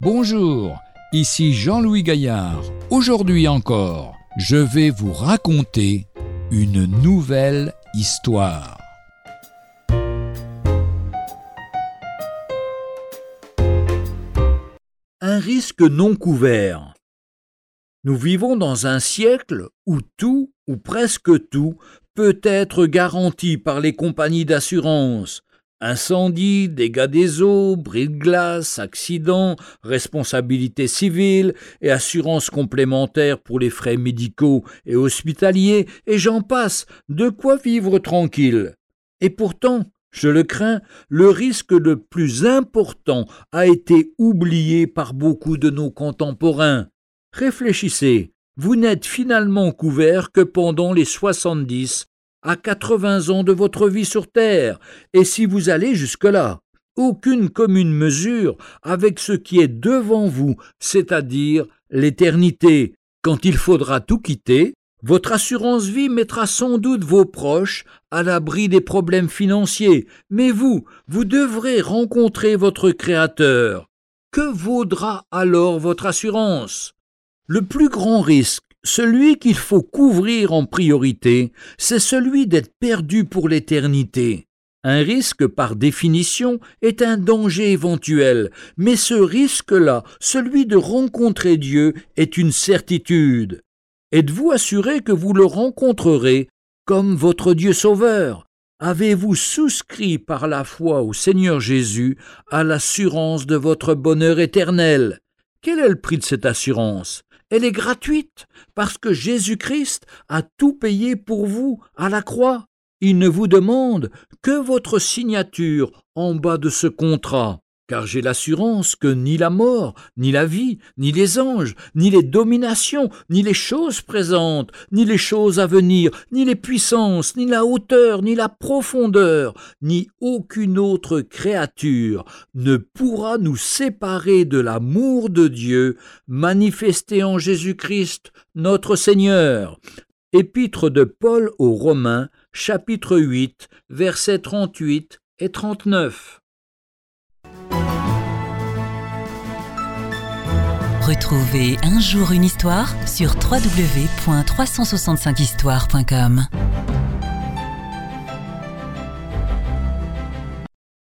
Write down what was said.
Bonjour, ici Jean-Louis Gaillard. Aujourd'hui encore, je vais vous raconter une nouvelle histoire. Un risque non couvert. Nous vivons dans un siècle où tout, ou presque tout, peut être garanti par les compagnies d'assurance. Incendie, dégâts des eaux, bris de glace, accidents, responsabilité civile et assurance complémentaire pour les frais médicaux et hospitaliers, et j'en passe, de quoi vivre tranquille. Et pourtant, je le crains, le risque le plus important a été oublié par beaucoup de nos contemporains. Réfléchissez, vous n'êtes finalement couvert que pendant les 70 à 80 ans de votre vie sur Terre, et si vous allez jusque-là, aucune commune mesure avec ce qui est devant vous, c'est-à-dire l'éternité. Quand il faudra tout quitter, votre assurance vie mettra sans doute vos proches à l'abri des problèmes financiers, mais vous devrez rencontrer votre Créateur. Que vaudra alors votre assurance ? Le plus grand risque, celui qu'il faut couvrir en priorité, c'est celui d'être perdu pour l'éternité. Un risque, par définition, est un danger éventuel, mais ce risque-là, celui de rencontrer Dieu, est une certitude. Êtes-vous assuré que vous le rencontrerez comme votre Dieu sauveur ? Avez-vous souscrit par la foi au Seigneur Jésus à l'assurance de votre bonheur éternel ? Quel est le prix de cette assurance ? Elle est gratuite parce que Jésus-Christ a tout payé pour vous à la croix. Il ne vous demande que votre signature en bas de ce contrat. Car j'ai l'assurance que ni la mort, ni la vie, ni les anges, ni les dominations, ni les choses présentes, ni les choses à venir, ni les puissances, ni la hauteur, ni la profondeur, ni aucune autre créature ne pourra nous séparer de l'amour de Dieu manifesté en Jésus-Christ, notre Seigneur. Épître de Paul aux Romains, chapitre 8, versets 38 et 39. Retrouvez Un jour une histoire sur www.365histoire.com.